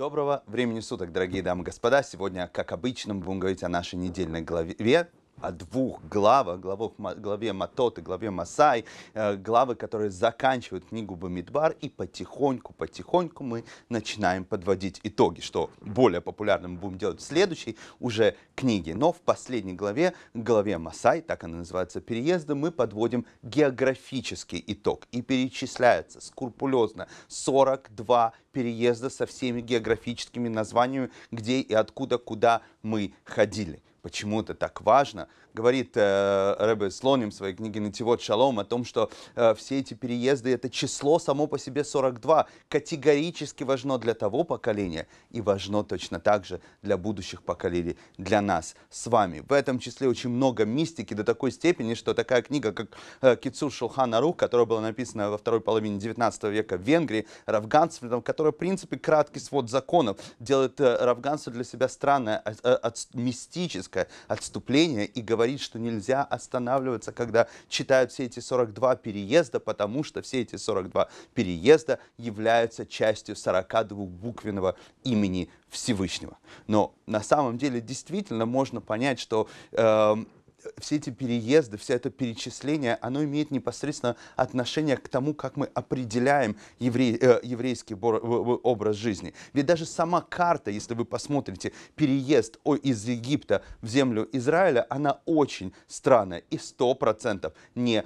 Доброго времени суток, дорогие дамы и господа. Сегодня, как обычно, мы будем говорить о нашей недельной главе, о двух главах, главе Матот и главе Масай, главы, которые заканчивают книгу Бамидбар, и потихоньку мы начинаем подводить итоги, что более популярно мы будем делать в следующей уже книге. Но в последней главе Масай, так она называется, переезда, мы подводим географический итог. И перечисляется скрупулезно 42 переезда со всеми географическими названиями, где и откуда, куда мы ходили. Почему это так важно? Говорит Ребе Слоним в своей книге «Нативот Шалом» о том, что все эти переезды, это число само по себе 42, категорически важно для того поколения и важно точно так же для будущих поколений, для нас с вами. В этом числе очень много мистики до такой степени, что такая книга, как Кицур Шулхан Арух, которая была написана во второй половине 19 века в Венгрии, Рав Ганцфельдом, которая, в принципе, краткий свод законов, делает Рав Ганцфельд для себя странное, мистическое отступление и говорит, что нельзя останавливаться, когда читают все эти 42 переезда, потому что все эти 42 переезда являются частью 42-буквенного имени Всевышнего. Но на самом деле действительно можно понять, что все эти переезды, все это перечисление, оно имеет непосредственно отношение к тому, как мы определяем еврейский образ жизни. Ведь даже сама карта, если вы посмотрите переезд из Египта в землю Израиля, она очень странная и 100% не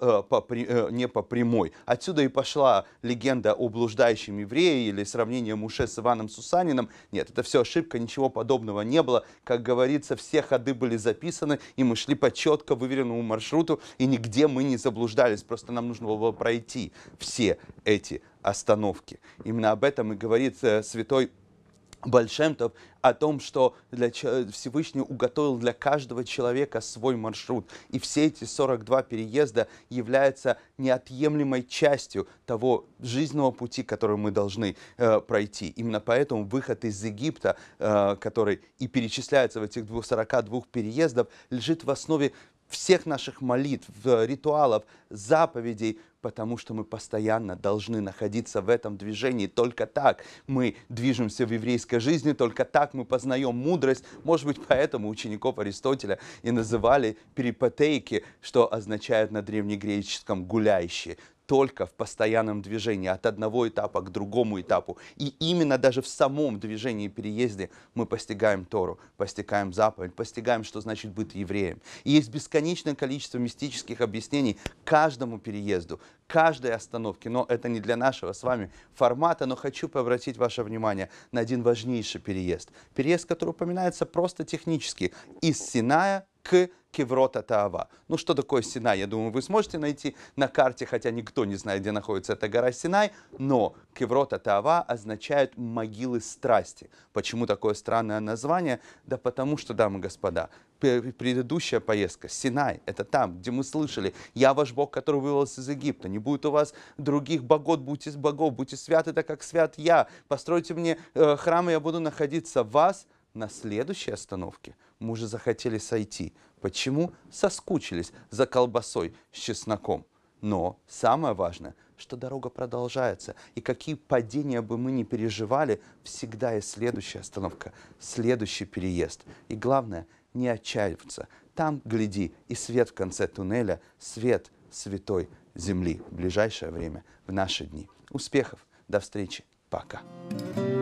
по прямой. Отсюда и пошла легенда о блуждающем еврее или сравнение Муше с Иваном Сусанином. Нет, это все ошибка, ничего подобного не было. Как говорится, все ходы были записаны, и мы шли по четко выверенному маршруту, и нигде мы не заблуждались, просто нам нужно было пройти все эти остановки. Именно об этом и говорит святой Бааль Шем Тов, о том, что Всевышний уготовил для каждого человека свой маршрут. И все эти 42 переезда являются неотъемлемой частью того жизненного пути, который мы должны пройти. Именно поэтому выход из Египта, который и перечисляется в этих 42 переездах, лежит в основе всех наших молитв, ритуалов, заповедей, потому что мы постоянно должны находиться в этом движении. Только так мы движемся в еврейской жизни, только так мы познаем мудрость. Может быть, поэтому учеников Аристотеля и называли перипатейки, что означает на древнегреческом «гуляющие». Только в постоянном движении от одного этапа к другому этапу. И именно даже в самом движении и переезде мы постигаем Тору, постигаем заповедь, постигаем, что значит быть евреем. И есть бесконечное количество мистических объяснений каждому переезду, каждой остановке. Но это не для нашего с вами формата, но хочу обратить ваше внимание на один важнейший переезд. Переезд, который упоминается просто технически. Из Синая к Кеврот ха-Таава. Ну, что такое Синай? Я думаю, вы сможете найти на карте, хотя никто не знает, где находится эта гора Синай, но Кеврот ха-Таава означает могилы страсти. Почему такое странное название? Да потому что, дамы и господа, предыдущая поездка, Синай, это там, где мы слышали: «Я ваш Бог, который вывел вас из Египта, не будет у вас других богов, будьте святы, так как свят я, постройте мне храм, и я буду находиться в вас». На следующей остановке мы уже захотели сойти. Почему? Соскучились за колбасой с чесноком. Но самое важное, что дорога продолжается. И какие падения бы мы ни переживали, всегда есть следующая остановка, следующий переезд. И главное, не отчаиваться. Там, гляди, и свет в конце туннеля, свет святой земли в ближайшее время, в наши дни. Успехов, до встречи, пока.